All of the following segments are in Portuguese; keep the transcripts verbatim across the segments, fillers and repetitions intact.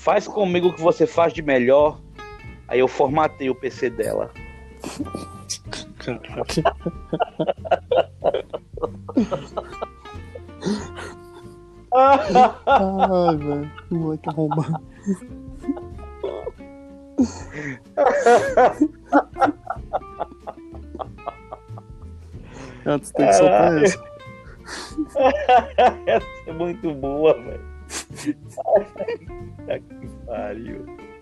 faz comigo o que você faz de melhor. Aí eu formatei o P C dela. Caraca. Ai, velho. O moleque arrombado. Antes tem que soltar essa. Essa é muito boa, velho. Puta que pariu.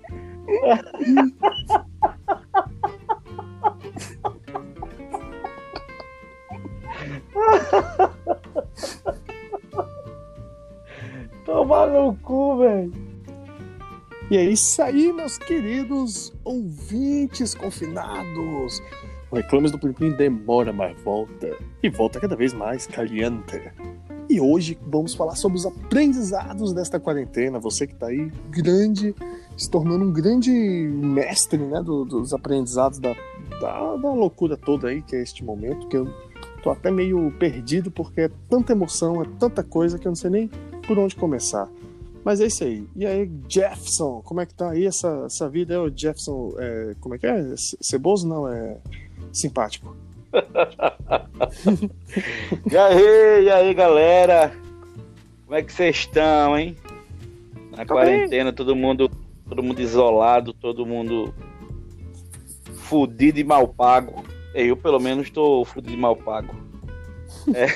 Toma no cu, velho. E é isso aí, meus queridos ouvintes confinados. O Reclames do Plim demora, mas volta. E volta cada vez mais caliente. E hoje vamos falar sobre os aprendizados desta quarentena. Você que tá aí, grande, se tornando um grande mestre, né, do, dos aprendizados da, da, da loucura toda aí, que é este momento, que eu tô até meio perdido, porque é tanta emoção, é tanta coisa, que eu não sei nem por onde começar. Mas é isso aí. E aí, Jefferson, como é que tá aí essa, essa vida? É o Jefferson, é, como é que é? Ceboso? Não, é simpático. E aí, e aí, galera? Como é que vocês estão, hein? Na Tá quarentena, todo mundo, todo mundo isolado, todo mundo fudido e mal pago. Eu, pelo menos, tô fudido e mal pago. É.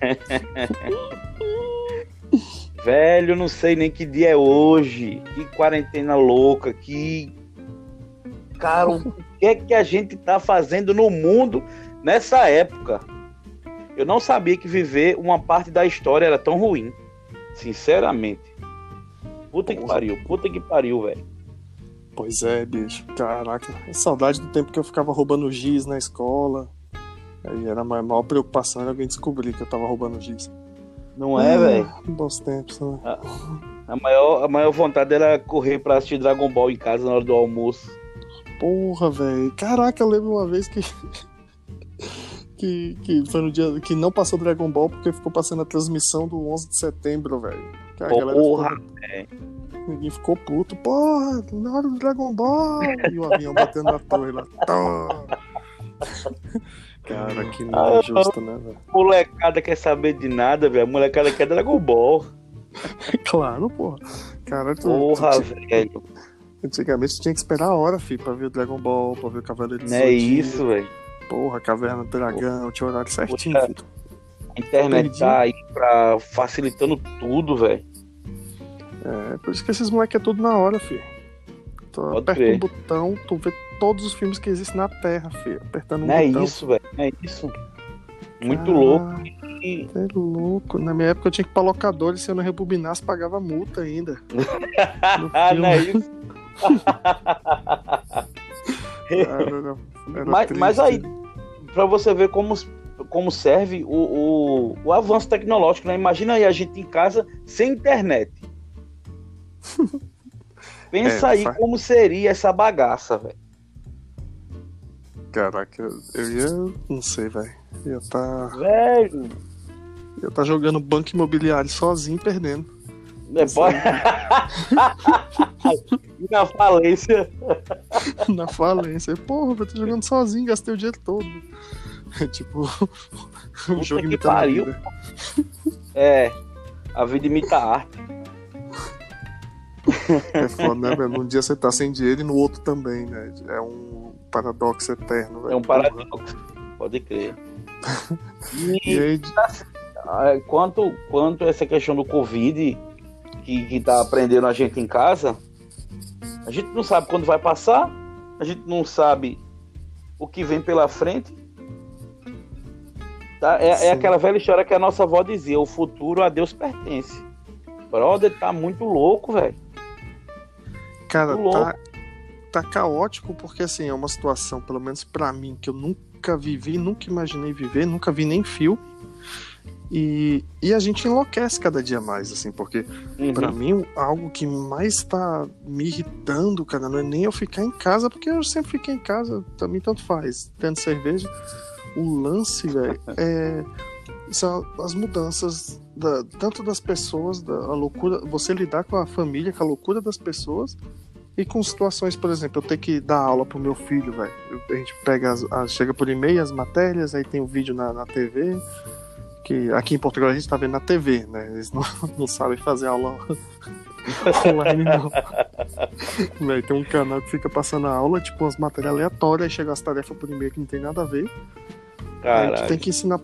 Velho, não sei nem que dia é hoje. Que quarentena louca, que... Cara, o que é que a gente tá fazendo no mundo nessa época? Eu não sabia que viver uma parte da história era tão ruim. Sinceramente. Puta que pariu, puta que pariu, velho. Pois é, bicho. Caraca, saudade do tempo que eu ficava roubando giz na escola. Aí era a maior preocupação, era alguém descobrir que eu tava roubando giz. Não é, ah, velho? Bons tempos, né? A, a, maior, a maior vontade era correr pra assistir Dragon Ball em casa na hora do almoço. Porra, velho. Caraca, eu lembro uma vez que... que, que foi no dia que não passou Dragon Ball porque ficou passando a transmissão do onze de setembro, velho. Porra, velho. Ninguém ficou puto. Porra, na hora do Dragon Ball. E o avião batendo na torre lá. Cara, que não é justo, né, velho? Molecada quer saber de nada, velho. Molecada quer Dragon Ball. Claro, porra. Cara, tu, porra, tu, velho. Antigamente tu tinha que esperar a hora, filho, pra ver o Dragon Ball, pra ver o Cavaleiro do Zodíaco. Não é isso, velho. Porra, Caverna do Dragão, tinha horário certinho, porra, filho. A internet Perdi. Tá aí pra facilitando tudo, velho. É, por isso que esses moleques é tudo na hora, filho. Tu aperta um botão, tu vê todos os filmes que existem na Terra, filho. Apertando um não botão. É isso, velho. Não é isso. Muito ah, louco. E... É louco. Na minha época eu tinha que ir pra locador e se eu não rebobinasse, pagava multa ainda. Não é isso. Cara, era, era mas, mas aí, pra você ver como, como serve o, o, o avanço tecnológico, né? Imagina aí a gente em casa sem internet. Pensa é, aí faz... como seria essa bagaça, velho. Caraca, eu ia... Não sei, velho. Ia tá... Velho... Ia tá jogando banco imobiliário sozinho, perdendo. É, pode... Na falência. Na falência. Porra, eu tô jogando sozinho, gastei o dinheiro todo. É tipo... um jogo imitando a vida. É, a vida imita a arte. É foda, né, velho? Um dia você tá sem dinheiro e no outro também, né? É um paradoxo eterno, velho. É um paradoxo, pode crer. E, e aí... quanto, quanto essa questão do Covid, que, que tá prendendo a gente em casa, a gente não sabe quando vai passar, a gente não sabe o que vem pela frente. Tá? É, é aquela velha história que a nossa avó dizia: o futuro a Deus pertence. Brother, tá muito louco, velho. Cara, tá, tá caótico porque, assim, é uma situação, pelo menos pra mim, que eu nunca vivi, nunca imaginei viver, nunca vi nem fio. E, e a gente enlouquece cada dia mais, assim, porque uhum. pra mim, algo que mais tá me irritando, cara, não é nem eu ficar em casa, porque eu sempre fiquei em casa, também tanto faz, tendo cerveja. O lance, velho, é... são as mudanças da, tanto das pessoas, da a loucura, você lidar com a família, com a loucura das pessoas e com situações, por exemplo, eu ter que dar aula pro meu filho, velho. A gente pega, as, as, chega por e-mail as matérias, aí tem o vídeo na, na T V, que aqui em Portugal a gente tá vendo na T V, né? Eles não, não sabem fazer aula online, não. Véio, tem um canal que fica passando a aula, tipo, umas matérias aleatórias, aí chega as tarefas por e-mail que não tem nada a ver. Aí tu tem que ensinar.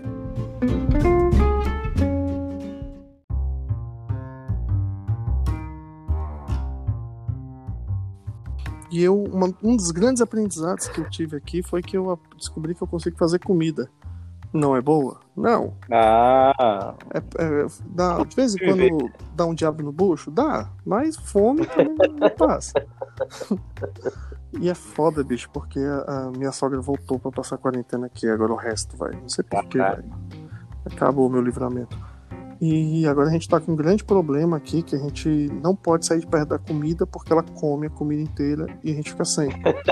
E eu, uma, um dos grandes aprendizados que eu tive aqui foi que eu descobri que eu consigo fazer comida. Não é boa? Não. Ah. É, é, dá, de vez em quando dá um diabo no bucho? Dá. Mas fome também não passa. E é foda, bicho, porque a, a minha sogra voltou pra passar quarentena aqui. Agora o resto, vai. Não sei porquê, vai. Acabou o meu livramento. E agora a gente tá com um grande problema aqui, que a gente não pode sair de perto da comida porque ela come a comida inteira e a gente fica sem.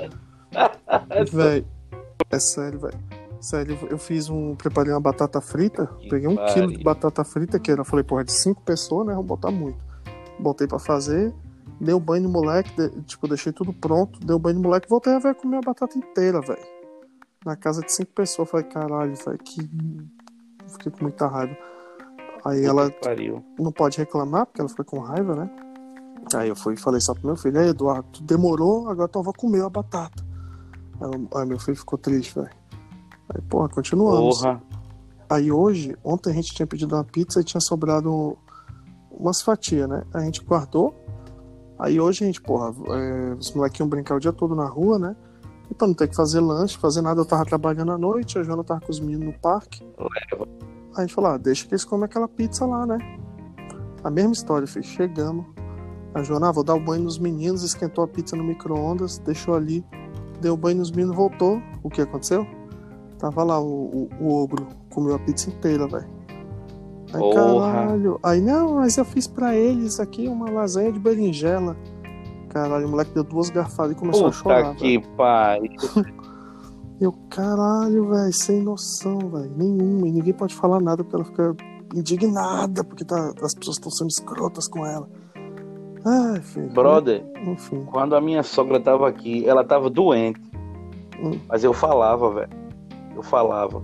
Véi, é sério, velho. Sério, eu fiz um. Preparei uma batata frita, que peguei um pare. quilo de batata frita, que era, falei, porra, de cinco pessoas, né? Vamos botar muito. Botei pra fazer, dei um banho no moleque, de, tipo, deixei tudo pronto, dei um banho no moleque e voltei a ver comer a batata inteira, velho. Na casa de cinco pessoas, falei, caralho, velho, que. Fiquei com muita raiva. Aí que ela pariu. Não pode reclamar, porque ela foi com raiva, né? Aí eu fui e falei só pro meu filho, aí Eduardo, tu demorou, agora tu vai comer a batata. Aí, aí meu filho ficou triste, velho. Aí, porra, continuamos. Porra. Aí hoje, ontem a gente tinha pedido uma pizza e tinha sobrado umas fatias, né? A gente guardou. Aí hoje a gente, porra, é, os moleques iam brincar o dia todo na rua, né? E pra não ter que fazer lanche, fazer nada, eu tava trabalhando à noite, a Joana tava com os meninos no parque. Leva. Aí a gente falou, ah, deixa que eles comem aquela pizza lá, né? A mesma história, filho. Chegamos. A Joana, ah, vou dar o banho nos meninos, esquentou a pizza no micro-ondas, deixou ali, deu o banho nos meninos, voltou. O que aconteceu? Tava lá o, o, o ogro, comeu a pizza inteira, velho. Aí, porra. Caralho. Aí, não, mas eu fiz pra eles aqui uma lasanha de berinjela. Caralho, o moleque deu duas garfadas e começou Puta a chorar. Puta que pariu. Eu, caralho, velho, sem noção, velho. Nenhuma. E ninguém pode falar nada porque ela fica indignada, porque tá, as pessoas estão sendo escrotas com ela. Ai, filho. Brother, enfim. Quando a minha sogra tava aqui, ela tava doente. Hum. Mas eu falava, velho. Eu falava.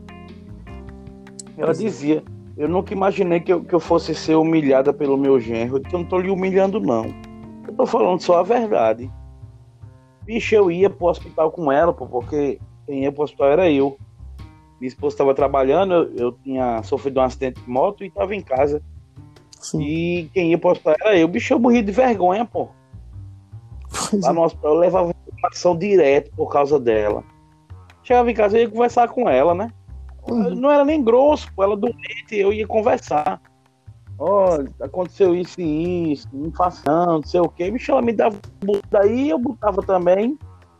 Ela dizia, eu nunca imaginei que eu, que eu fosse ser humilhada pelo meu genro. Eu não tô lhe humilhando, não. Eu tô falando só a verdade. Bicho, eu ia pro hospital com ela, pô, porque quem ia pro hospital era eu. Minha esposa estava trabalhando, eu, eu tinha sofrido um acidente de moto e tava em casa. Sim. E quem ia pro hospital era eu. Bicho, eu morri de vergonha, pô. Pois Lá é. no hospital eu levava informação direto por causa dela. Chegava em casa, eu ia conversar com ela, né? Uhum. Não era nem grosso, pô, ela doente, eu ia conversar. Ó, oh, aconteceu isso e isso, não faça não, não sei o que. Bicho, ela me dava daí, eu botava também.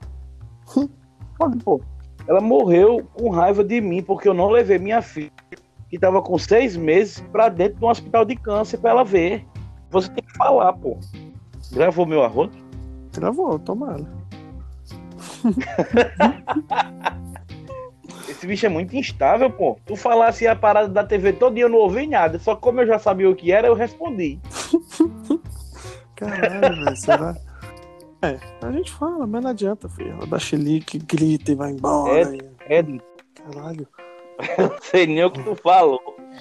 Pô, ela morreu com raiva de mim, porque eu não levei minha filha, que tava com seis meses, pra dentro de um hospital de câncer pra ela ver. Você tem que falar, pô. Gravou meu arroz? Gravou, tomara. Esse bicho é muito instável, pô. Tu falasse a parada da T V todo dia, eu não ouvi nada. Só como eu já sabia o que era, eu respondi. Caralho, velho, será? É, a gente fala, mas não adianta, filho. Dá chilique, grita e vai embora. É, é. Caralho. Eu não sei nem o que tu falou.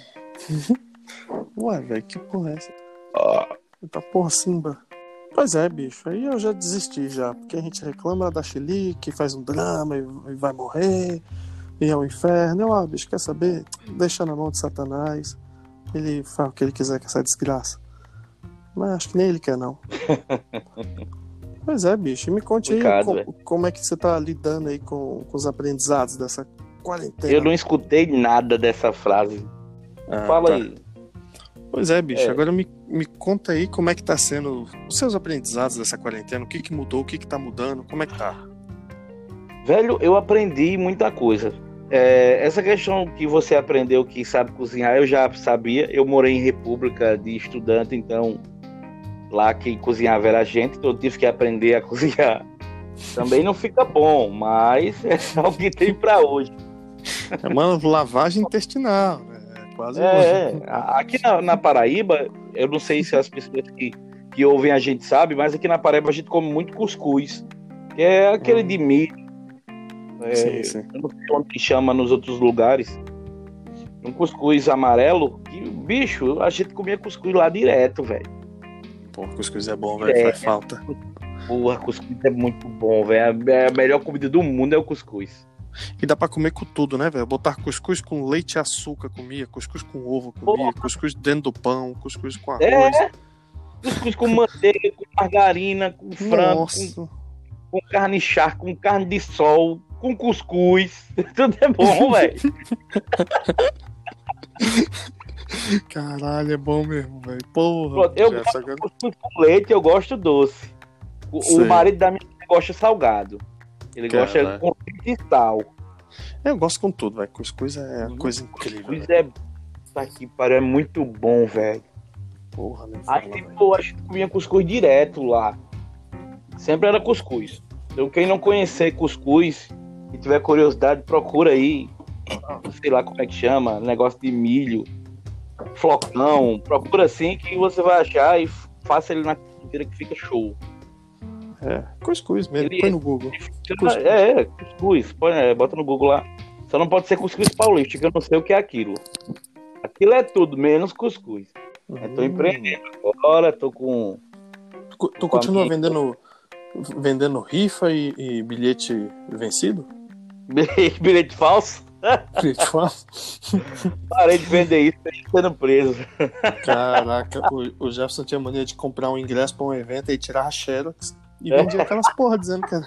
Ué, velho, que porra é essa? Oh. Tá porra, Simba. Pois é, bicho, aí eu já desisti já. Porque a gente reclama da chilique, faz um drama e vai morrer. E é o inferno. Eu, ah, bicho, quer saber? Deixa na mão de Satanás. Ele faz o que ele quiser com essa desgraça. Mas acho que nem ele quer, não. Pois é, bicho. E me conte Obrigado, aí com, como é que você tá lidando aí com, com os aprendizados dessa quarentena. Eu não escutei nada dessa frase. Ah, Fala tá. aí. Pois é, bicho. É. Agora me, me conta aí como é que tá sendo os seus aprendizados dessa quarentena. O que que mudou, o que que tá mudando, como é que tá? Velho, eu aprendi muita coisa. É, essa questão que você aprendeu que sabe cozinhar, eu já sabia. Eu morei em república de estudante, então lá quem cozinhava era a gente, então eu tive que aprender a cozinhar. Também não fica bom, mas é o que tem pra hoje. É uma lavagem intestinal, né? quase. É, é. Aqui na, na Paraíba, eu não sei se as pessoas que, que ouvem a gente sabem, mas aqui na Paraíba a gente come muito cuscuz, que é aquele hum. de milho. É, sim, sim. Eu não sei onde chama nos outros lugares. Um cuscuz amarelo, que, bicho, a gente comia cuscuz lá direto, velho. Pô, cuscuz é bom, velho, é, faz falta. Porra, cuscuz é muito bom, velho. A melhor comida do mundo é o cuscuz. E dá pra comer com tudo, né, velho? Botar cuscuz com leite e açúcar comia, cuscuz com ovo comia, Porra. Cuscuz dentro do pão, cuscuz com arroz. É, cuscuz com manteiga, com margarina, com frango, com, com carne charque, com carne de sol, com cuscuz. Tudo é bom, velho. Caralho, é bom mesmo, velho. Porra. Pronto, eu gosto de cuscuz com leite, eu gosto doce. O, o marido da minha mãe gosta salgado. Ele Cara, gosta com leite e sal. Eu gosto com tudo, velho. Cuscuz é uma coisa incrível. Cuscuz é... Tá aqui, para é muito bom, velho. Porra, meu Aí, tipo, a gente comia cuscuz direto lá. Sempre era cuscuz. Então, quem não conhecer cuscuz e tiver curiosidade, procura aí. Sei lá como é que chama. Negócio de milho. Flocão. Procura assim que você vai achar e faça ele na comida que fica show. É, cuscuz mesmo. Ele põe no Google. Cuscuz. É, é, cuscuz. Põe, é, bota no Google lá. Só não pode ser cuscuz paulista, que eu não sei o que é aquilo. Aquilo é tudo, menos cuscuz. Hum. Eu tô empreendendo agora, tô com... Tu, tu continua vendendo, vendendo rifa e, e bilhete vencido? Bilhete falso? Bilhete falso? Parei de vender isso, tô sendo preso. Caraca, o, o Jefferson tinha mania de comprar um ingresso pra um evento e tirar a xerox e vendia é. aquelas porra dizendo que era...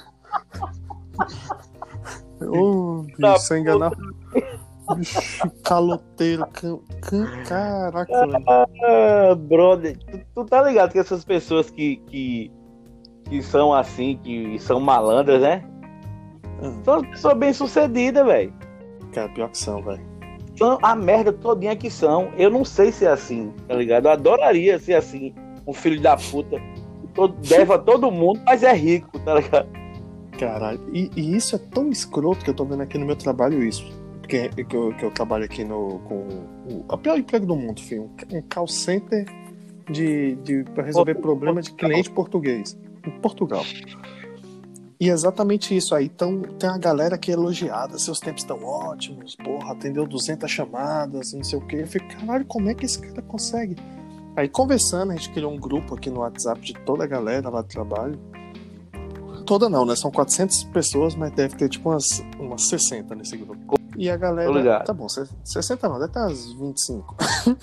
Ô, bicho, tá, sem enganar... Bicho, caloteiro, can, can, caraca, ah, brother, tu, tu tá ligado que essas pessoas que, que, que são assim, que são malandras, né? Hum. São as pessoas bem sucedidas, velho. Cara, pior que são, velho. São a merda todinha que são. Eu não sei se é assim, tá ligado? Eu adoraria ser assim, um filho da puta que todo, deve a todo mundo, mas é rico, tá ligado? Caralho, e, e isso é tão escroto que eu tô vendo aqui no meu trabalho isso. Que, que, eu, que eu trabalho aqui no, com o, o pior emprego do mundo, filho, um, um call center de, de, para resolver Portugal. Problema de cliente português em Portugal. E exatamente isso aí. Então, tem a galera que é elogiada, seus tempos estão ótimos, porra, atendeu duzentas chamadas, não sei o que. Eu fico, caralho, como é que esse cara consegue? Aí, conversando, a gente criou um grupo aqui no WhatsApp de toda a galera lá do trabalho. Toda não, né? São quatrocentas pessoas, mas deve ter tipo umas, umas sessenta nesse grupo. E a galera... Tá bom, sessenta não, deve ter umas vinte e cinco.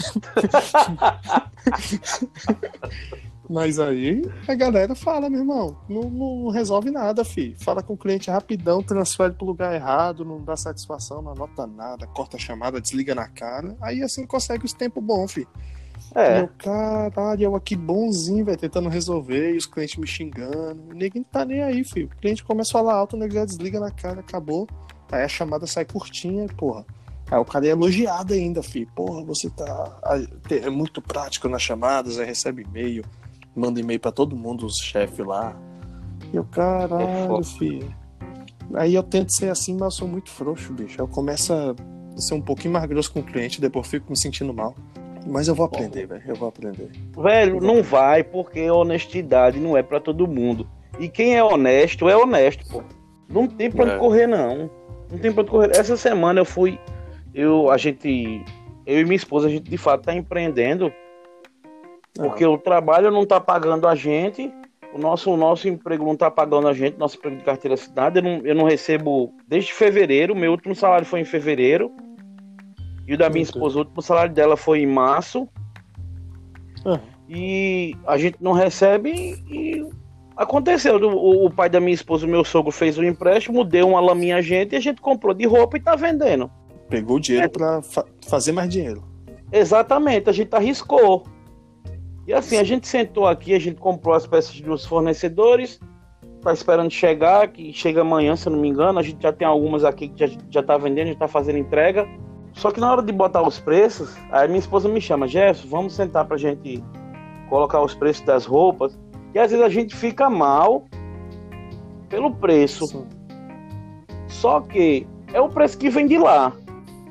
Mas aí a galera fala, meu irmão, não, não resolve nada, fi. Fala com o cliente rapidão, transfere pro lugar errado, não dá satisfação, não anota nada, corta a chamada, desliga na cara. Aí assim consegue os tempos bons, fi. É. Meu caralho, eu aqui bonzinho, velho, tentando resolver, e os clientes me xingando. O ninguém tá nem aí, filho. O cliente começa a falar alto, o nego já desliga na cara, acabou. Aí a chamada sai curtinha, porra. Aí o cara é elogiado ainda, filho. Porra, você tá é muito prático nas chamadas, aí recebe e-mail, manda e-mail pra todo mundo, os chefes lá. E eu, caralho, é filho. Aí eu tento ser assim, mas eu sou muito frouxo, bicho. Eu começo a ser um pouquinho mais grosso com o cliente, depois eu fico me sentindo mal. Mas eu vou aprender, velho. Eu vou aprender. Velho, não vai, porque honestidade não é pra todo mundo. E quem é honesto, é honesto, pô. Não tem pra onde é. correr, não. Não tem pra onde correr. Essa semana eu fui... Eu, a gente... Eu e minha esposa, a gente de fato tá empreendendo. Porque ah. o trabalho não tá pagando a gente. O nosso, o nosso emprego não tá pagando a gente. Nosso emprego de carteira assinada. Eu não, eu não recebo desde fevereiro. Meu último salário foi em fevereiro. E o da minha esposa, o último salário dela foi em março. Uhum. E a gente não recebe e aconteceu. O, o pai da minha esposa, o meu sogro, fez um empréstimo, deu uma laminha a gente e a gente comprou de roupa e tá vendendo. Pegou o dinheiro é. pra fa- fazer mais dinheiro. Exatamente, a gente arriscou. E assim, a gente sentou aqui, a gente comprou as peças dos fornecedores, tá esperando chegar, que chega amanhã, se eu não me engano. A gente já tem algumas aqui que já, já tá vendendo, já tá fazendo entrega. Só que na hora de botar os preços, aí minha esposa me chama, Jefferson, vamos sentar pra gente colocar os preços das roupas. E às vezes a gente fica mal pelo preço. Sim. Só que é o preço que vem de lá.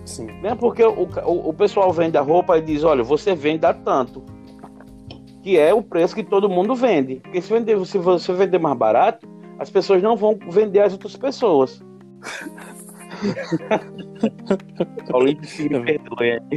Sim. Né? Porque o, o, o pessoal vende a roupa e diz, olha, você vende a tanto. Que é o preço que todo mundo vende. Porque se, vender, se você vender mais barato, as pessoas não vão vender às outras pessoas. Paulinho, que me perdoe aí.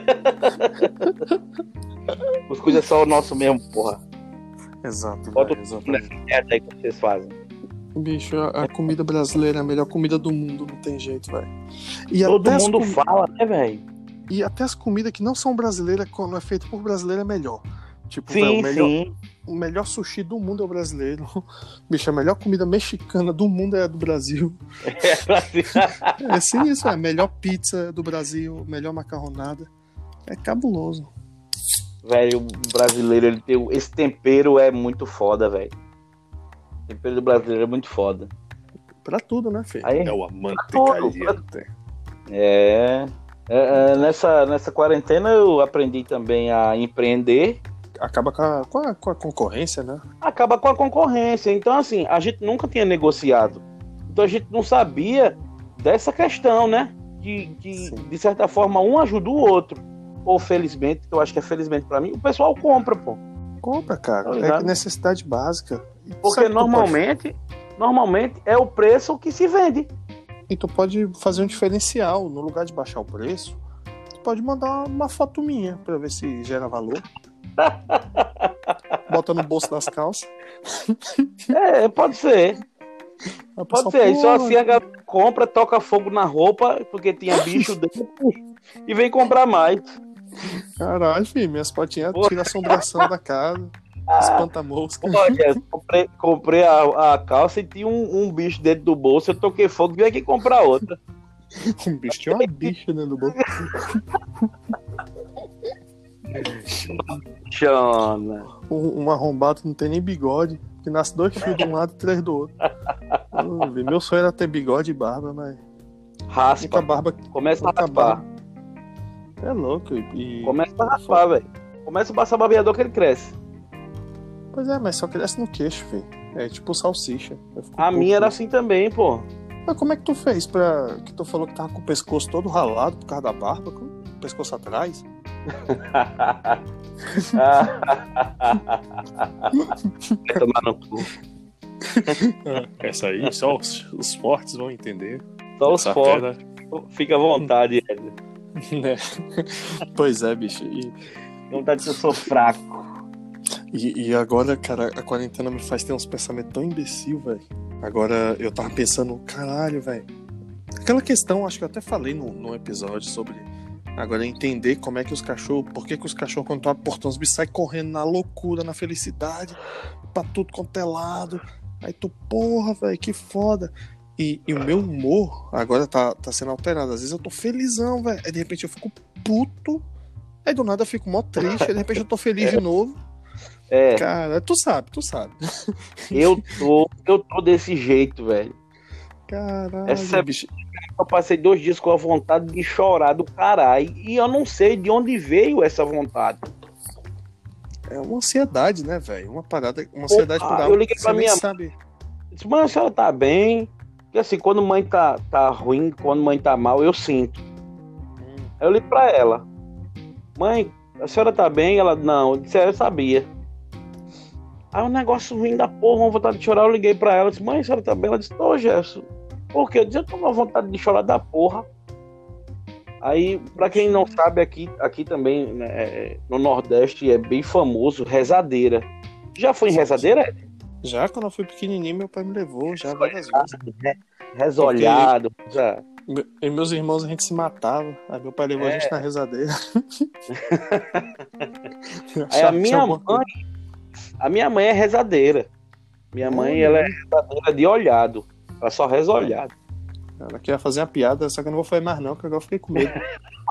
As coisas são o nosso mesmo, porra. Exato, Bota velho, exatamente. nessa aí que vocês fazem. Bicho, a, a comida brasileira é a melhor comida do mundo, não tem jeito, velho. E Todo até as mundo comi- fala, né, velho? E até as comidas que não são brasileiras, quando é feito por brasileiro, é melhor. Tipo, Sim, velho, o melhor, sim. o melhor sushi do mundo é o brasileiro. Bicho, a melhor comida mexicana do mundo é a do Brasil. É assim. É sim, isso é. A melhor pizza do Brasil, melhor macarronada. É cabuloso. Velho, o brasileiro, ele tem. Esse tempero é muito foda, velho. O tempero do brasileiro é muito foda. Pra tudo, né, filho? Aí, É o amante tudo, caliente. É. É, é, nessa, nessa quarentena eu aprendi também a empreender. Acaba com a, com, a, com a concorrência, né? Acaba com a concorrência. Então, assim, a gente nunca tinha negociado. Então a gente não sabia dessa questão, né? De, de, Sim. de certa forma, um ajuda o outro. Ou felizmente, que eu acho que é felizmente pra mim, o pessoal compra, pô. Compra, cara. Tá É ligado? que necessidade básica. E Porque sabe que tu normalmente, normalmente é o preço que se vende. pode- E tu pode fazer um diferencial. No lugar de baixar o preço, tu pode mandar uma foto minha pra ver se gera valor. Bota no bolso das calças. É, pode ser. A Pode pessoa, ser. Aí só "Pô, assim a galera compra, toca fogo na roupa, porque tinha bicho dentro, e vem comprar mais. caralho, filho, minhas fotinhas Pô. tiram a assombração da casa. Espanta a mosca. Olha, comprei, comprei a, a calça e tinha um, um bicho dentro do bolso, eu toquei fogo e vim aqui comprar outra. Um bicho tinha uma bicha dentro do bolso. Xana. Um, um arrombado não tem nem bigode, que nasce dois fios de um lado e três do outro. Ô, velho, meu sonho era ter bigode e barba, mas. A única Raspa. barba. Começa a única raspar. barba- É louco. E... Começa a raspar, velho. Começa a passar babeador que ele cresce. Pois é, mas só cresce no queixo, filho. É tipo salsicha. Eu fico A puto. minha era assim também, pô. Mas como é que tu fez pra. Que tu falou que tava com o pescoço todo ralado por causa da barba? Com o pescoço atrás? Vai tomar no cu. Essa aí, só os, os fortes vão entender. Só os Essa fortes. fera, Fica à vontade, Edson. né? Pois é, bicho. E, Vontade que eu sou fraco. e, e agora, cara, a quarentena me faz ter uns pensamentos tão imbecil, velho. Agora eu tava pensando, caralho, velho. Aquela questão, acho que eu até falei no, no episódio sobre. Agora entender como é que os cachorros. Por que, que os cachorros, quando tu abre o portão, os bichos saem correndo na loucura, na felicidade, pra tudo quanto é lado. Aí tu, porra, velho, que foda. E, e o meu humor agora tá, tá sendo alterado. Às vezes eu tô felizão, velho. Aí de repente eu fico puto. Aí do nada eu fico mó triste. Aí de repente eu tô feliz de novo. É, Cara, tu sabe, tu sabe. eu tô, eu tô desse jeito, velho. Caralho, Essa- bicho. Eu passei dois dias com a vontade de chorar do caralho. E eu não sei de onde veio essa vontade. É uma ansiedade, né, velho? Uma parada, uma ansiedade Porra, por eu algo liguei que pra você nem minha- sabe. Eu disse, mãe, a senhora tá bem? Porque assim, quando mãe tá, tá ruim, quando mãe tá mal, eu sinto. Aí eu ligo pra ela. Mãe, a senhora tá bem? Ela, não. Eu disse, é, eu sabia. Aí um negócio ruim da porra, uma vontade de chorar, eu liguei pra ela. Eu disse, mãe, a senhora tá bem? Ela disse, ô, Gerson. Por quê? Eu disse, eu tô com uma vontade de chorar da porra. Aí, pra quem não sabe, aqui, aqui também, né, é, no Nordeste, é bem famoso, rezadeira. Já foi em rezadeira? Já quando eu fui pequenininho, meu pai me levou, já várias vezes. Resolhado. Já. Me- E meus irmãos, a gente se matava. Aí meu pai levou a gente na rezadeira. Aí a minha mãe, a minha mãe é rezadeira. Minha mãe, ela é rezadeira de olhado. Ela só reza olhado. Ela queria fazer uma piada, só que eu não vou fazer mais não, porque agora eu fiquei com medo.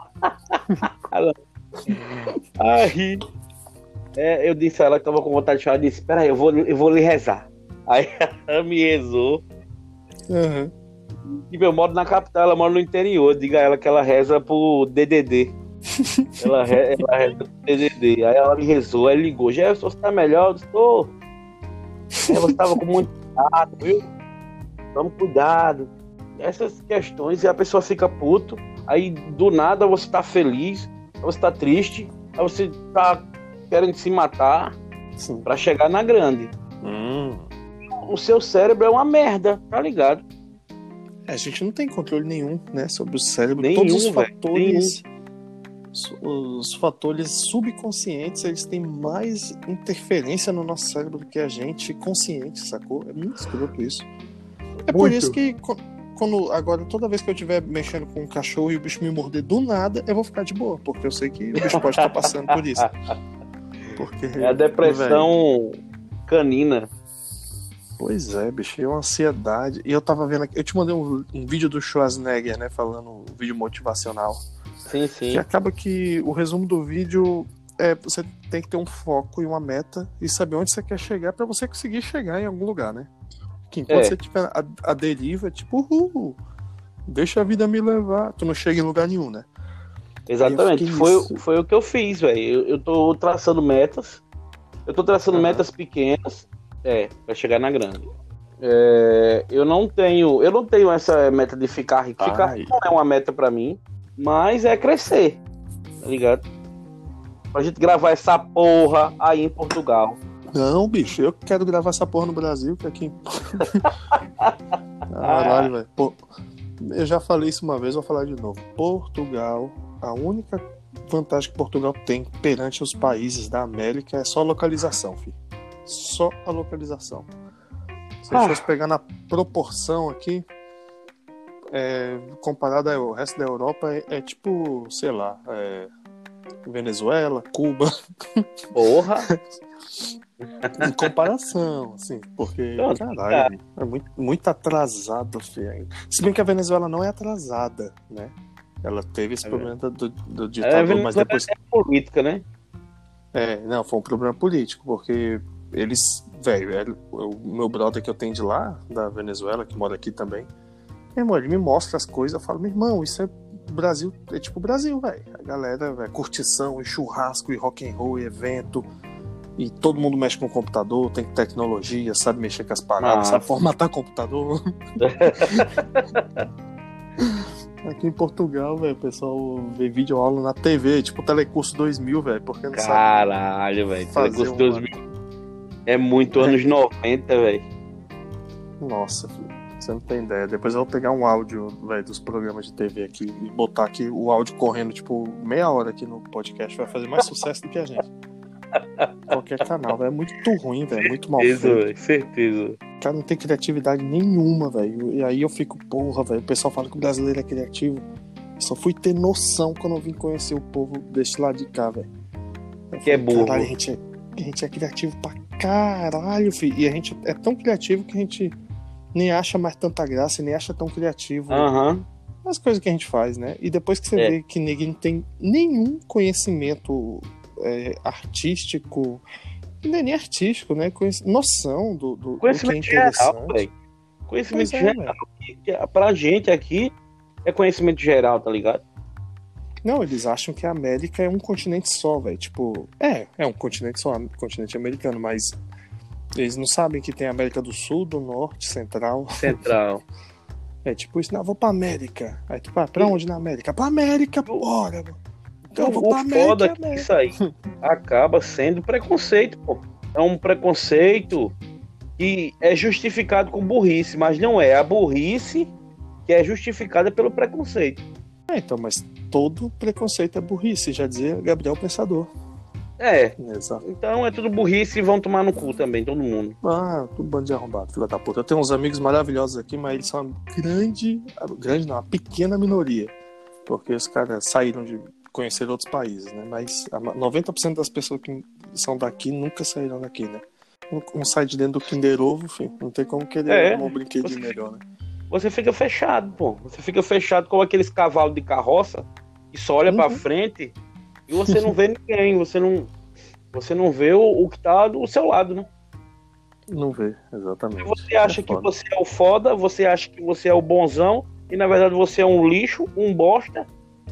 Aí, é, eu disse a ela que tava com vontade de chorar. Eu disse, peraí, eu vou, eu vou lhe rezar. Aí ela me rezou. Uhum. E eu moro na capital, ela mora no interior. Diga a ela que ela reza pro D D D. Ela, re, ela reza pro D D D. Aí ela me rezou, aí ligou. Jefferson, você tá melhor? Eu disse, tô. Aí você tava com muito cuidado, viu? Toma cuidado. Essas questões, e a pessoa fica puto. Aí do nada você tá feliz, aí você tá triste, aí você tá querendo se matar Sim. pra chegar na grande. Hum. O seu cérebro é uma merda, tá ligado? É, a gente não tem controle nenhum, né, sobre o cérebro. Nenhum, Todos os véio, fatores, os, os fatores subconscientes, eles têm mais interferência no nosso cérebro do que a gente consciente, sacou? É muito escroto isso. É por Muito. isso que quando agora toda vez que eu estiver mexendo com um cachorro e o bicho me morder do nada, eu vou ficar de boa, porque eu sei que o bicho pode estar passando por isso. Porque É a depressão véio, canina. Pois é, bicho, é uma ansiedade. E eu tava vendo aqui, eu te mandei um, um vídeo do Schwarzenegger, né, falando um vídeo motivacional. Sim, sim. Que acaba que o resumo do vídeo é você tem que ter um foco e uma meta e saber onde você quer chegar pra você conseguir chegar em algum lugar, né? Que enquanto é. você tiver a, a deriva, tipo, uhul, deixa a vida me levar, tu não chega em lugar nenhum, né? Exatamente, foi, foi o que eu fiz, velho. Eu, eu tô traçando metas, eu tô traçando uhum. metas pequenas. É, pra chegar na grande. É, eu não tenho, eu não tenho essa meta de ficar rico. Ficar rico não é uma meta pra mim, mas é crescer, tá ligado? Pra gente gravar essa porra aí em Portugal. Não, bicho, eu quero gravar essa porra no Brasil, que aqui. Caralho, velho. Pô, eu já falei isso uma vez, vou falar de novo. Portugal, a única vantagem que Portugal tem perante os países da América é só a localização, filho. Só a localização. Se a gente fosse pegar na proporção aqui, é, comparado ao resto da Europa, é, é tipo, sei lá, é, Venezuela, Cuba. Porra! Em comparação, assim, porque, caralho, é muito, muito atrasado, filho. Se bem que a Venezuela não é atrasada, né? Ela teve esse é problema do, do ditador, é, mas depois... É política, né? É, não, foi um problema político, porque eles, velho, o meu brother que eu tenho de lá, da Venezuela, que mora aqui também, meu irmão, ele me mostra as coisas, eu falo, meu irmão, isso é Brasil, é tipo Brasil, velho. A galera, véio, curtição, e churrasco, e rock and roll, e evento, e todo mundo mexe com o computador, tem tecnologia, sabe mexer com as paradas, ah, sabe formatar computador. Aqui em Portugal, velho, o pessoal vê vídeo aula na T V, tipo Telecurso dois mil, velho, porque não Caralho, velho, Telecurso dois mil é muito é. anos noventa, velho. Nossa, filho, você não tem ideia. Depois eu vou pegar um áudio, velho, dos programas de T V aqui e botar aqui o áudio correndo, tipo, meia hora aqui no podcast, vai fazer mais sucesso do que a gente. Qualquer canal, velho, é muito ruim, velho, muito mal feito. Véio, certeza. O cara não tem criatividade nenhuma, velho. E aí eu fico, porra, velho. O pessoal fala que o brasileiro é criativo. Eu só fui ter noção quando eu vim conhecer o povo desse lado de cá, velho. Que é burro. Caralho, a gente é, a gente é criativo pra caralho, filho. E a gente é tão criativo que a gente nem acha mais tanta graça e nem acha tão criativo uhum. as coisas que a gente faz, né? E depois que você é. vê que ninguém não tem nenhum conhecimento é, artístico. Não é nem artístico, né? Conhec... Noção do, do, conhecimento do que é interessante. Geral, véio. Conhecimento é, geral. Que, pra gente aqui é conhecimento geral, tá ligado? Não, eles acham que a América é um continente só, velho. Tipo, é, é um continente só, um continente americano, mas eles não sabem que tem a América do Sul, do Norte, Central. Central. É tipo isso, não, vou pra América. Aí tu vai, pra onde na América? Pra América, bora, mano. Então, o foda é que isso aí acaba sendo preconceito, pô. É um preconceito que é justificado com burrice, mas não é a burrice que é justificada pelo preconceito. É, então, mas todo preconceito é burrice, já dizia Gabriel Pensador. É, exato. Então é tudo burrice e vão tomar no cu também, todo mundo. Ah, tudo bando de arrombado, filha da puta. Eu tenho uns amigos maravilhosos aqui, mas eles são uma grande, grande não, uma pequena minoria. Porque os caras saíram de conhecer outros países, né? Mas noventa por cento das pessoas que são daqui nunca saíram daqui, né? Um sai de dentro do Kinder Ovo, enfim, não tem como querer é, um brinquedinho você, melhor, né? Você fica fechado, pô. Você fica fechado com aqueles cavalos de carroça que só olha uhum. pra frente e você não vê ninguém, você não, você não vê o, o que tá do seu lado, né? Não vê, exatamente. Você acha é que você é o foda, você acha que você é o bonzão e na verdade você é um lixo, um bosta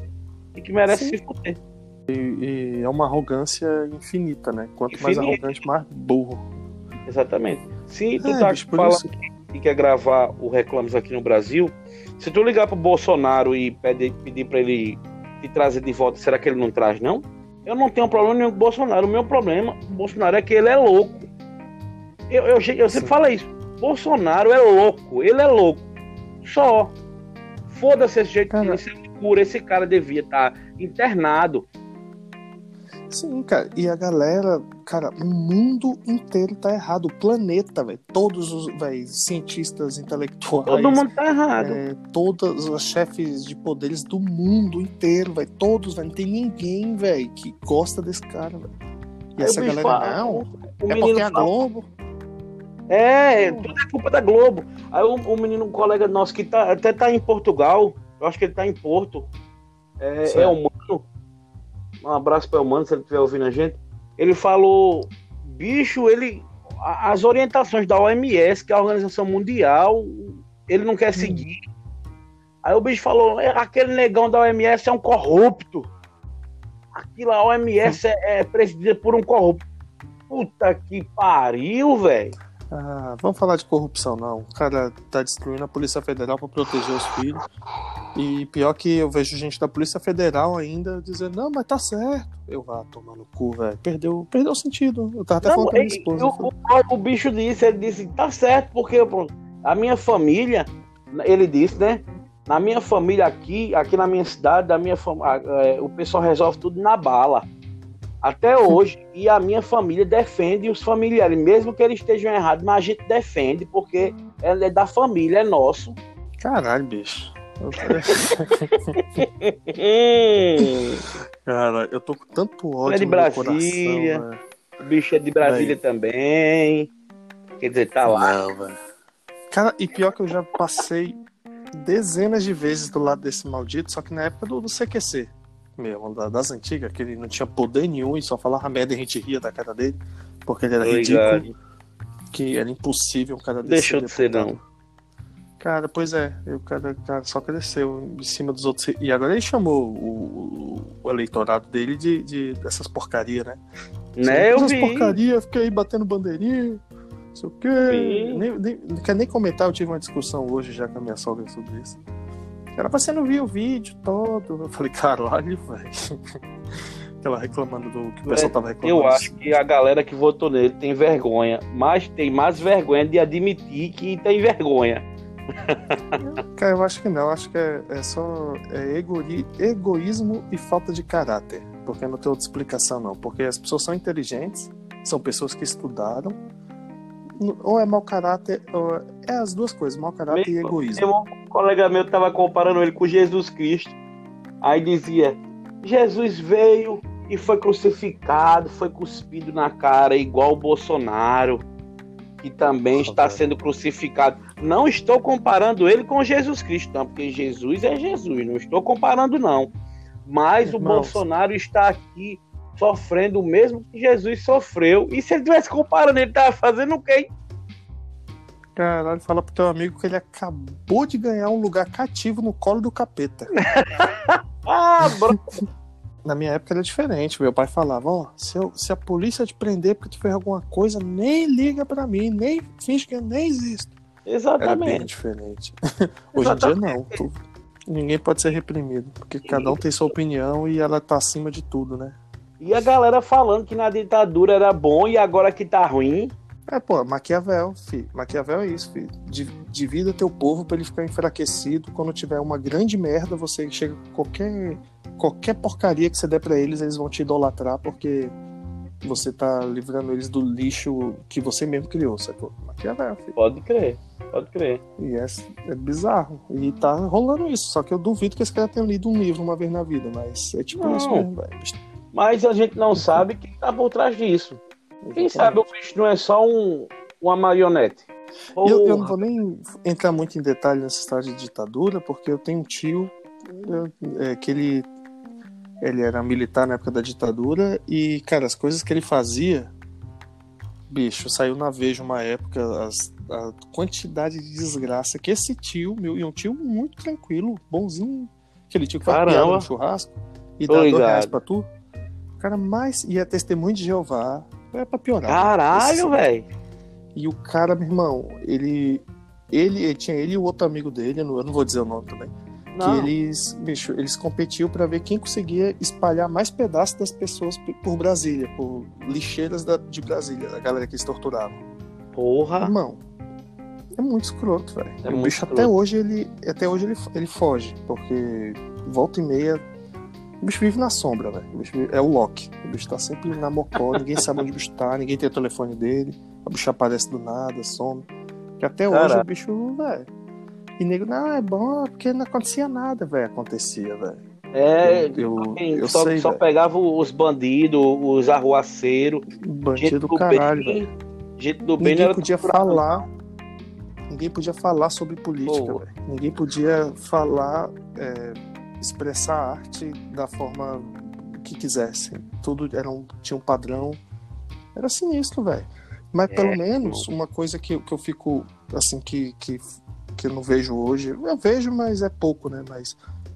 e que merece Sim. se fuder. E, e é uma arrogância infinita, né? Quanto Infinito. mais arrogante, mais burro. Exatamente. Se tu é, tá bicho, falando isso... que que quer gravar o Reclamos aqui no Brasil, se tu ligar pro Bolsonaro e pedir, pedir pra ele te trazer de volta, será que ele não traz, não? Eu não tenho problema nenhum com o Bolsonaro. O meu problema com o Bolsonaro é que ele é louco. Eu, eu, eu sempre falo isso. Bolsonaro é louco. Ele é louco. Só. Foda-se esse jeito. Cara, esse, esse cara devia estar internado. Sim, cara. E a galera... Cara, o mundo inteiro tá errado. O planeta, velho. Todos os véio, cientistas intelectuais... Todo mundo tá errado. É, todas as chefes de poderes do mundo inteiro, velho. Todos, velho. Não tem ninguém, velho, que gosta desse cara, velho. E aí essa galera, fala, não... O é porque é a Globo... É, tudo é culpa da Globo. Aí o, o menino, um colega nosso que tá, até tá em Portugal, eu acho que ele tá em Porto, é, é humano. Um abraço para o Mano, se ele estiver ouvindo a gente. Ele falou, bicho, ele as orientações da O M S, que é a Organização Mundial, ele não quer seguir. Hum. Aí o bicho falou, aquele negão da O M S é um corrupto. Aquilo, a O M S hum. é, é presidida por um corrupto. Puta que pariu, velho. Ah, vamos falar de corrupção, não. O cara tá destruindo a Polícia Federal pra proteger os filhos. E pior que eu vejo gente da Polícia Federal ainda dizendo, não, mas tá certo. Eu vá tomar no cu, velho. Perdeu, perdeu o sentido. Eu tava até não, falando com a minha esposa. Eu, o, o bicho disse, ele disse, tá certo, porque pronto, a minha família, ele disse, né? Na minha família aqui, aqui na minha cidade, da minha fam... é, o pessoal resolve tudo na bala. Até hoje, e a minha família defende os familiares, mesmo que eles estejam errados, mas a gente defende, porque é da família, é nosso. Caralho, bicho. Cara, eu tô com tanto ódio é de no Brasília, meu coração, o bicho é de Brasília véio. Também. Quer dizer, tá lá. Não, velho. Cara, e pior que eu já passei dezenas de vezes do lado desse maldito, só que na época do, do C Q C. Meu, das antigas, que ele não tinha poder nenhum e só falava merda e a gente ria da cara dele, porque ele era Obrigado. ridículo, que era impossível um cara desse. Deixou de ser, não. Cara, pois é, o cara, cara só cresceu em cima dos outros. E agora ele chamou o, o, o eleitorado dele de, de dessas porcarias, né? Né, eu essas vi. porcarias, fiquei aí batendo bandeirinha, não sei o quê. Nem, nem, não quero nem comentar, eu tive uma discussão hoje já com a minha sogra sobre isso. Era pra você não ver o vídeo todo. Eu falei, caralho, velho. Aquela reclamando do que o pessoal tava reclamando. Eu acho que a galera que votou nele tem vergonha, mas tem mais vergonha de admitir que tem vergonha. Cara, eu acho que não. Eu acho que é, é só é egoi, egoísmo e falta de caráter. Porque não tem outra explicação, não. Porque as pessoas são inteligentes, são pessoas que estudaram. Ou é mau caráter, ou é as duas coisas, mau caráter meu, e egoísmo. Meu, um colega meu tava comparando ele com Jesus Cristo. Aí dizia, Jesus veio e foi crucificado, foi cuspido na cara, igual o Bolsonaro, que também oh, está velho. sendo crucificado. Não estou comparando ele com Jesus Cristo, não, porque Jesus é Jesus, não estou comparando, não. Mas Irmãos. o Bolsonaro está aqui sofrendo o mesmo que Jesus sofreu. E se ele estivesse comparando, ele estava fazendo o quê? Caralho, fala pro teu amigo que ele acabou de ganhar um lugar cativo no colo do capeta. Ah, bro. Na minha época era diferente. Meu pai falava, ó, se, eu, se a polícia te prender porque tu fez alguma coisa, nem liga pra mim, nem finge que eu nem existo. Exatamente. Era bem diferente. Hoje Exatamente. em dia não. Tu, ninguém pode ser reprimido, porque cada um tem sua opinião e ela tá acima de tudo, né? E a galera falando que na ditadura era bom e agora que tá ruim. É, pô, Maquiavel, filho. Maquiavel é isso, filho. Divida teu povo pra ele ficar enfraquecido. Quando tiver uma grande merda, você chega com qualquer, qualquer porcaria que você der pra eles, eles vão te idolatrar porque você tá livrando eles do lixo que você mesmo criou, sacou? Maquiavel, filho. Pode crer, pode crer. E é, é bizarro. E tá rolando isso. Só que eu duvido que esse cara tenha lido um livro uma vez na vida, mas é tipo não. isso mesmo, velho. Mas a gente não sabe quem tá por trás disso. Quem sabe o bicho não é só um, uma marionete. Eu, eu não vou nem entrar muito em detalhe nessa história de ditadura, porque eu tenho um tio eu, é, que ele, ele era militar na época da ditadura e, cara, as coisas que ele fazia, bicho, saiu na Veja uma época as, a quantidade de desgraça que esse tio, meu, e um tio muito tranquilo, bonzinho, aquele tio que faz piada no churrasco e dá dois reais pra tu. O cara mais ia testemunho de Jeová. É pra piorar. Caralho, velho. E o cara, meu irmão, ele Ele, tinha ele e o outro amigo dele, eu não, eu não vou dizer o nome também, Não. que eles, bicho, eles competiam pra ver quem conseguia espalhar mais pedaços das pessoas por, por Brasília, por lixeiras da, de Brasília, a galera que eles torturavam. Porra. Irmão, é muito escroto, velho. É o muito bicho escroto. até hoje, ele, até hoje ele, ele foge, porque volta e meia o bicho vive na sombra, velho. O bicho vive- é o Loki. O bicho tá sempre na mocó, ninguém sabe onde o bicho tá, ninguém tem o telefone dele, o bicho aparece do nada, some. Que até hoje Cara. o bicho, velho. E nego, não, é bom, porque não acontecia nada, velho. Acontecia, velho. É, Eu, eu, quem eu só, sei, só velho. pegava os bandidos, os arruaceiros, gente Bandido do do caralho, bem, velho. gente do bem não Ninguém era podia torturado, falar. Ninguém podia falar sobre política, Pô. velho. Ninguém podia falar, é, expressar a arte da forma que quisesse. Tudo era um, tinha um padrão. Era sinistro, velho. Mas É, pelo menos uma coisa que, que eu fico, assim, que, que, que eu não vejo hoje. Eu vejo, mas é pouco, né? Mas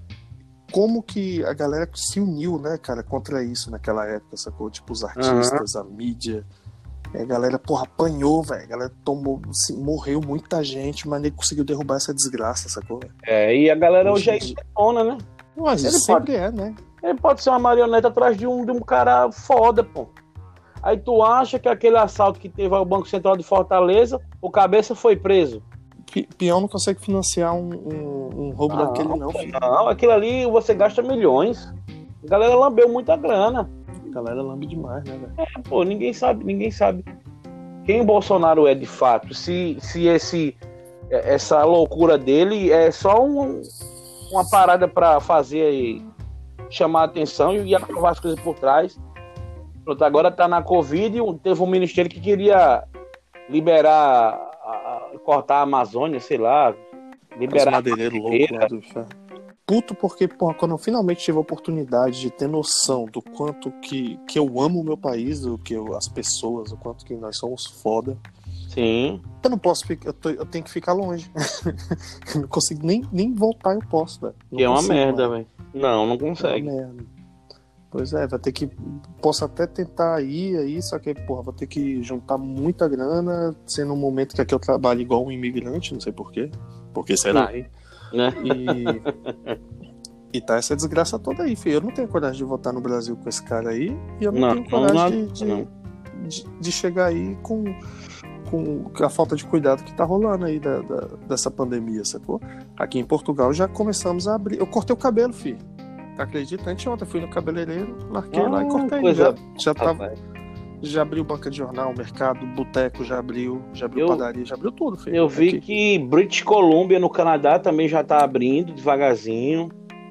como que a galera se uniu, né, cara, contra isso naquela época, sacou? Tipo, os artistas, a mídia. A galera, porra, apanhou, velho. A galera tomou, assim, morreu muita gente, mas nem conseguiu derrubar essa desgraça, sacou? Véio? É, e a galera hoje, Hoje é em dia- espertona, né? Mas Ele sempre pode, é, né? ele pode ser uma marioneta atrás de um, de um cara foda, pô. Aí tu acha que aquele assalto que teve ao Banco Central de Fortaleza, o cabeça foi preso? Pi- Peão não consegue financiar um, um, um roubo daquele, não, filho. Não, aquilo ali você gasta milhões. A galera lambeu muita grana. A galera lambe demais, né, velho? Pô, ninguém sabe, ninguém sabe quem o Bolsonaro é de fato. Se, se esse, essa loucura dele é só um, uma parada para fazer aí, chamar a atenção e aprovar as coisas por trás. Pronto, agora tá na Covid, teve um ministério que queria liberar, a- a- cortar a Amazônia, sei lá, Os liberar a madeireiros loucos lá do inferno. Puto porque, porra, quando eu finalmente tive a oportunidade de ter noção do quanto que, que eu amo o meu país, do que eu, as pessoas, o quanto que nós somos foda, Sim, eu não posso ficar, eu, tô- eu tenho que ficar longe. Eu não consigo nem, nem voltar, eu posso, velho. Não que é uma consigo, merda, mano. velho. Não, não É uma consegue. merda. Pois é, vai ter que. Posso até tentar ir aí, só que, porra, vou ter que juntar muita grana, sendo um momento que aqui eu trabalho igual um imigrante, não sei porquê. Porque será, hein? Né? E, e tá essa desgraça toda aí, filho. Eu não tenho coragem de votar no Brasil com esse cara aí, e eu não, Não, tenho coragem não, de, de, não. de, de chegar aí com, com a falta de cuidado que tá rolando aí da, da- dessa pandemia, sacou? Aqui em Portugal já começamos a abrir. Eu cortei o cabelo, filho. Acredita? Anteontem fui no cabeleireiro, marquei lá e Ah, cortei. coisa Já, já, tava, Rapaz, já abriu banca de jornal, mercado, boteco já abriu, já abriu Eu- padaria, já abriu tudo, filho. eu vi Aqui. que British Columbia, no Canadá, também já tá abrindo devagarzinho.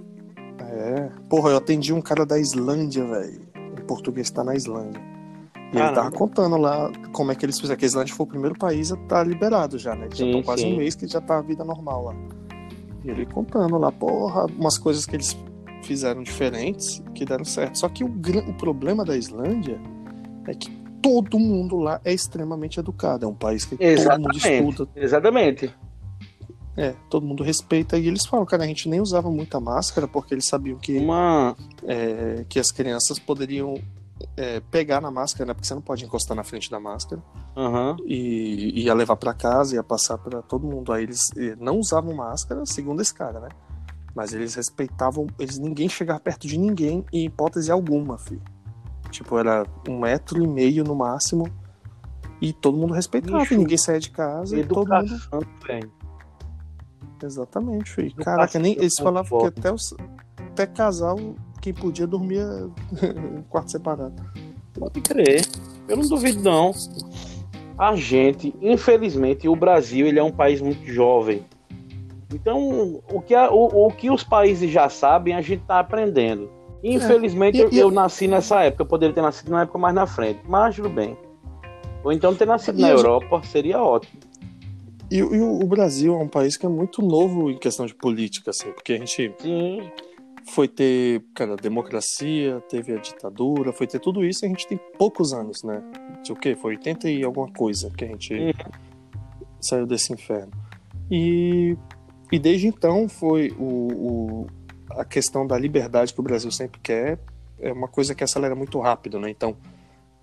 É. Porra, eu atendi um cara da Islândia, velho. Em português tá na Islândia. E ele tava Caramba. contando lá como é que eles fizeram. Que a Islândia foi o primeiro país a estar liberado já, né? Que já Sim, estão quase sim. um mês que já tá a vida normal lá. E ele contando lá, porra, umas coisas que eles fizeram diferentes que deram certo. Só que o, gran- o problema da Islândia é que todo mundo lá é extremamente educado. É um país que todo mundo Exatamente. estuda, Exatamente. é, todo mundo respeita. E eles falam, cara, a gente nem usava muita máscara porque eles sabiam que, Uma. é, que as crianças poderiam é, pegar na máscara, né? Porque você não pode encostar na frente da máscara. Aham. E ia levar pra casa, ia passar pra todo mundo. Aí eles eh, não usavam máscara, segundo esse cara, né? Mas eles respeitavam, eles ninguém chegava perto de ninguém em hipótese alguma, filho. Tipo, era um metro e meio no máximo e todo mundo respeitava, Bicho, e ninguém saía de casa e todo mundo... Educação, velho. Exatamente, filho. Educação Caraca, nem, eles muito falavam que forte. até, os, até casal, quem podia dormia em quarto separado. Pode crer. Eu não duvido, não. A gente, infelizmente, o Brasil, ele é um país muito jovem. Então, o que, a- o, o que os países já sabem, a gente tá aprendendo. Infelizmente, E- eu, e- eu nasci nessa época. Eu poderia ter nascido numa época mais na frente. Mas tudo bem. Ou então ter nascido E na a gente- Europa seria ótimo. E, e o, o Brasil é um país que é muito novo em questão de política, assim, porque a gente Sim. foi ter, cara, democracia, teve a ditadura, foi ter tudo isso e a gente tem poucos anos, né? De o quê? Foi oitenta e alguma coisa que a gente Uhum. saiu desse inferno. E, e desde então foi o, o- a questão da liberdade que o Brasil sempre quer, é uma coisa que acelera muito rápido, né? Então,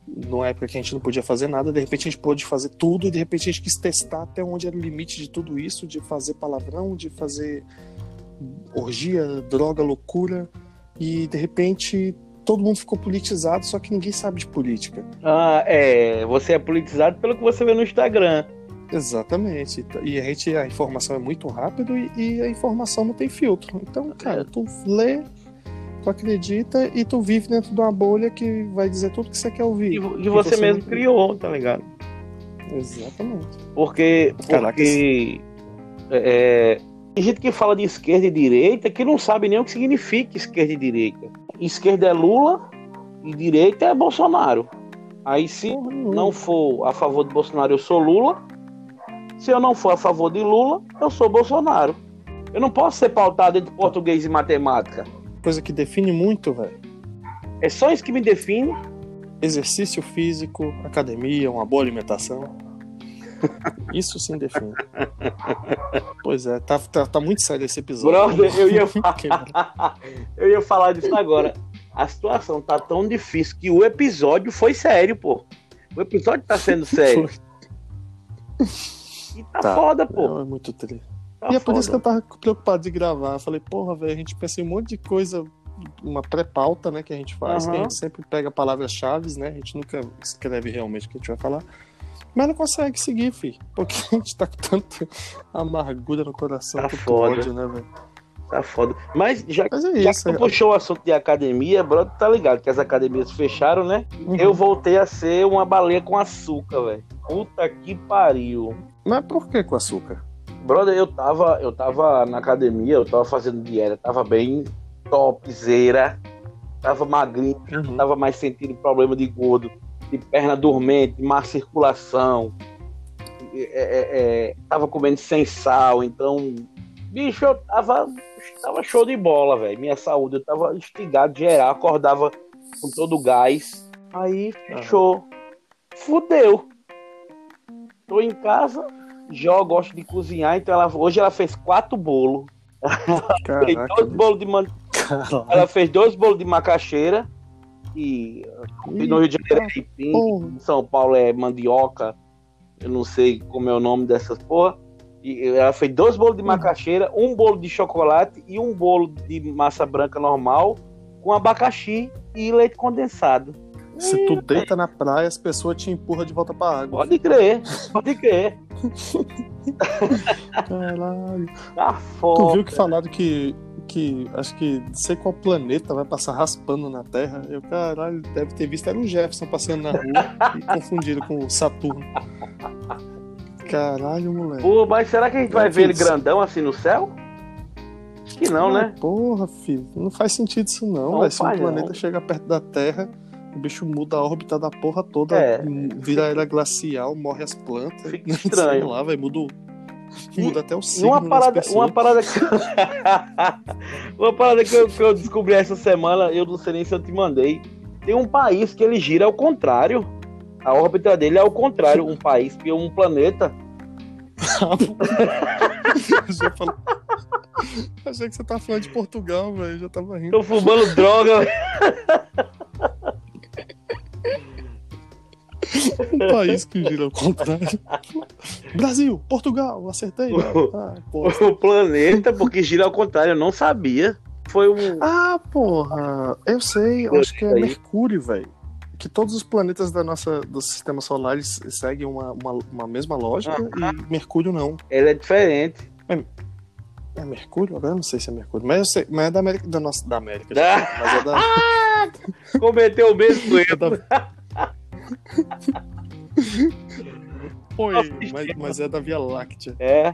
numa época que a gente não podia fazer nada, de repente a gente pôde fazer tudo e de repente a gente quis testar até onde era o limite de tudo isso, de fazer palavrão, de fazer orgia, droga, loucura, e de repente todo mundo ficou politizado, só que ninguém sabe de política. Ah, é, você é politizado pelo que você vê no Instagram. Exatamente. E a gente, a informação é muito rápida e, e a informação não tem filtro. Então, cara, tu lê, tu acredita e tu vive dentro de uma bolha que vai dizer tudo que você quer ouvir. E, e você, você mesmo não... criou, tá ligado? Exatamente. Porque, porque é, tem gente que fala de esquerda e direita que não sabe nem o que significa esquerda e direita. Esquerda é Lula e direita é Bolsonaro. Aí se uhum. não for a favor de Bolsonaro, eu sou Lula. Se eu não for a favor de Lula, eu sou Bolsonaro. Eu não posso ser pautado entre português e matemática. Coisa que define muito, velho. É só isso que me define. Exercício físico, academia, uma boa alimentação. Isso sim define. Pois é, tá, tá, tá muito sério esse episódio. Brother, eu ia falar, eu ia falar disso agora. A situação tá tão difícil que o episódio foi sério, pô. O episódio tá sendo sério. E tá, tá foda, pô. É muito triste. Tá e é foda. Por isso que eu tava preocupado de gravar. Eu falei, porra, velho, a gente pensa em um monte de coisa, uma pré-pauta, né, que a gente faz, uhum. que a gente sempre pega palavras-chave, né, a gente nunca escreve realmente o que a gente vai falar. Mas não consegue seguir, filho. Porque a gente tá com tanta amargura no coração, tá tanto foda. ódio, né, velho? Tá foda. Mas já, Mas é já isso, que tu é... puxou o assunto de academia, brother, tá ligado que as academias fecharam, né? Uhum. Eu voltei a ser uma baleia com açúcar, velho. Puta que pariu. Mas por que com açúcar? Brother, eu tava, eu tava na academia, eu tava fazendo dieta, tava bem topzera, tava magrinho, uhum. tava mais sentindo problema de gordo, de perna dormente, má circulação, é, é, é, tava comendo sem sal, então, bicho, eu tava, tava show de bola, velho, minha saúde, eu tava instigado geral, acordava com todo o gás, aí fechou, uhum. fudeu, tô em casa, Jó gosta de cozinhar, então ela, hoje ela fez quatro bolos, ela fez dois bolos de man... ela fez dois bolos de macaxeira, e no Rio de Janeiro é aipim, em São Paulo é mandioca, eu não sei como é o nome dessas porra, e ela fez dois bolos de macaxeira, um bolo de chocolate e um bolo de massa branca normal, com abacaxi e leite condensado. Se tu deita na praia, as pessoas te empurram de volta pra água. Pode crer, pode crer. Caralho. Tá foda. Tu viu que falaram que, que acho que não sei qual planeta vai passar raspando na Terra? Eu, caralho, deve ter visto, era um Jefferson passeando na rua e confundiram com o Saturno. Caralho, moleque. Pô, mas será que a gente vai ver ele grandão assim no céu? Acho que não, não, né? Porra, filho, não faz sentido isso não. Não Vai, se um planeta não. chega perto da Terra, o bicho muda a órbita da porra toda, é, vira era glacial, morre as plantas. Fica estranho. Sei lá, vai, muda, e, muda até o signo uma parada, uma parada que uma parada que eu, que eu descobri essa semana, eu não sei nem se eu te mandei. Tem um país que ele gira ao contrário. A órbita dele é ao contrário, um país que é um planeta. Já falou... Achei que você tava falando de Portugal, velho. Já tava rindo. Tô fumando droga, velho. Um país que gira ao contrário. Brasil, Portugal, acertei. Ah, o planeta, porque gira ao contrário, eu não sabia. Foi um. Ah, porra, eu sei, eu acho que é Mercúrio, velho. Que todos os planetas da nossa, do sistema solar seguem uma, uma, uma mesma lógica, ah, e Mercúrio não. Ele é diferente. É, é Mercúrio? Agora eu não sei se é Mercúrio, mas eu sei, mas é da América, da nossa, da América. Ah, mas é da... Cometeu o mesmo erro. É da... Oi, mas, mas é da Via Láctea. É.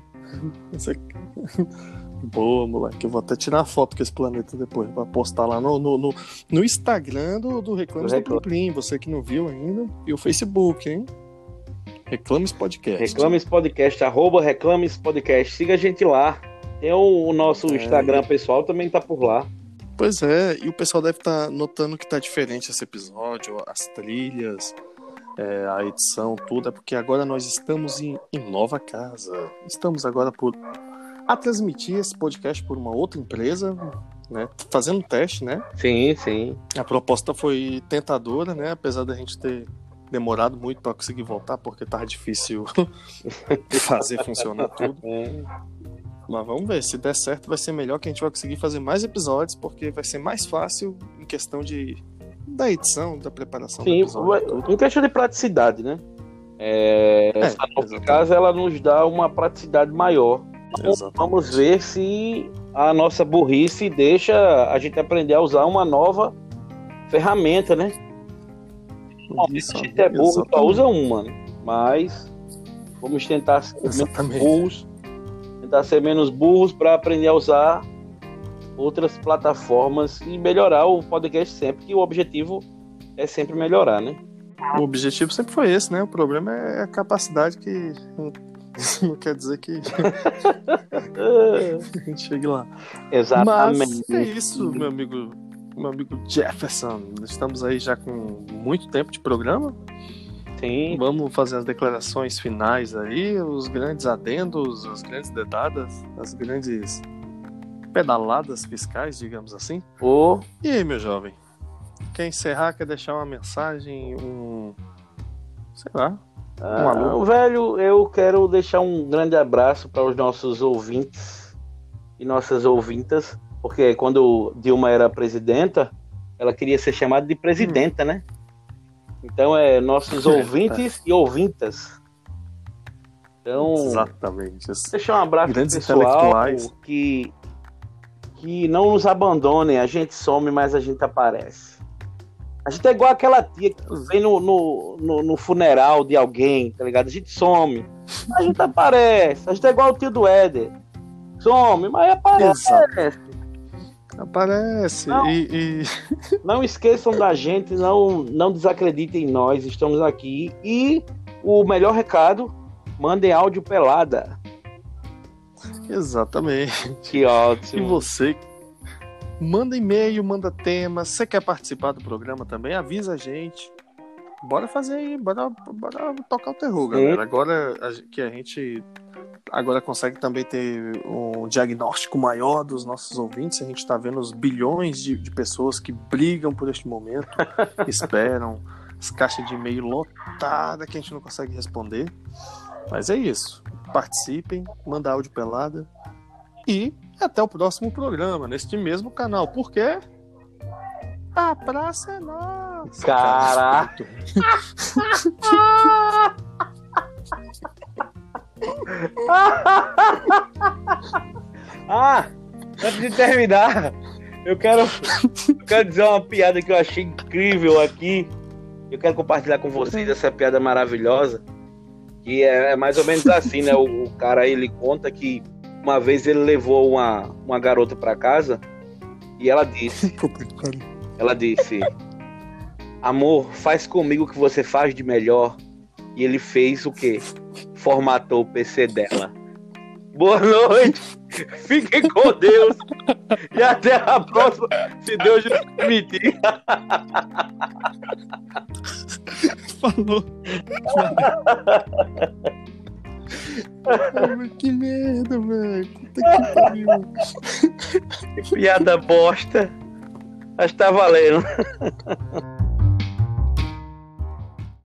Boa, moleque. Eu vou até tirar a foto com esse planeta depois pra postar lá no, no, no, no Instagram do, do Reclames do, do Plim Plim. Você que não viu ainda. E o Facebook, hein? Reclames Podcast. Reclames Podcast, arroba Reclames Podcast. Siga a gente lá. Tem o, o nosso é. Instagram pessoal, também tá por lá. Pois é, e o pessoal deve estar tá notando que tá diferente esse episódio, as trilhas, é, a edição, tudo. É porque agora nós estamos em, em nova casa. Estamos agora por... a transmitir esse podcast por uma outra empresa, né? Fazendo um teste, né? Sim, sim. A proposta foi tentadora, né? Apesar da gente ter demorado muito para conseguir voltar, porque tava difícil fazer funcionar tudo. Mas vamos ver, se der certo vai ser melhor, que a gente vai conseguir fazer mais episódios, porque vai ser mais fácil em questão de da edição, da preparação Sim, do episódio. em questão de praticidade, né? É, É, essa nova exatamente. casa, ela nos dá uma praticidade maior. Então, Exatamente. vamos ver se a nossa burrice deixa a gente aprender a usar uma nova ferramenta, né? Isso, A gente é burro, só exatamente. usa uma, né? Mas vamos tentar ser menos Exatamente. burros, tentar ser menos burros para aprender a usar outras plataformas e melhorar o podcast sempre, que o objetivo é sempre melhorar, né? O objetivo sempre foi esse, né? O problema é a capacidade, que isso não quer dizer que a gente chegue lá. Exatamente. Mas é isso, meu amigo, meu amigo Jefferson. Estamos aí já com muito tempo de programa. Sim. Vamos fazer as declarações finais aí, os grandes adendos, as grandes dedadas, as grandes pedaladas fiscais, digamos assim. O... E aí, meu jovem? Quer encerrar, quer deixar uma mensagem, um... sei lá, um alô? Ah, velho, eu quero deixar um grande abraço para os nossos ouvintes e nossas ouvintas, porque quando Dilma era presidenta, ela queria ser chamada de presidenta, hum. né? Então é nossos ouvintes e ouvintas. Então, exatamente. Deixar um abraço pro pessoal que, que não nos abandonem. A gente some, mas a gente aparece. A gente é igual aquela tia que vem no, no, no, no funeral de alguém, tá ligado? A gente some, a gente aparece. A gente é igual o tio do Éder. Some, mas aparece. Exato. Aparece. Não, e, e... não esqueçam da gente, não, não desacreditem em nós, estamos aqui. E o melhor recado, mandem áudio pelada. Exatamente. Que ótimo. E você, manda e-mail, manda tema. Se você quer participar do programa também, avisa a gente. Bora fazer aí, bora, bora tocar o terror, galera. Sim. Agora que a gente agora consegue também ter um diagnóstico maior dos nossos ouvintes, a gente está vendo os bilhões de, de pessoas que brigam por este momento, esperam, as caixas de e-mail lotadas que a gente não consegue responder. Mas é isso. Participem, manda áudio pelada e até o próximo programa, neste mesmo canal, porque a praça é nossa. Caraca! Ah, antes de terminar, eu quero, eu quero dizer uma piada que eu achei incrível aqui. Eu quero compartilhar com vocês essa piada maravilhosa. Que é, é mais ou menos assim, né? O, o cara, ele conta que uma vez ele levou uma, uma garota pra casa e ela disse, ela disse, amor, faz comigo o que você faz de melhor. E ele fez o quê? Formatou o P C dela. Boa noite, fiquem com Deus e até a próxima, se Deus nos permitir. Falou. Ai, que merda, velho. Puta que pariu. Que piada bosta. Mas tá valendo.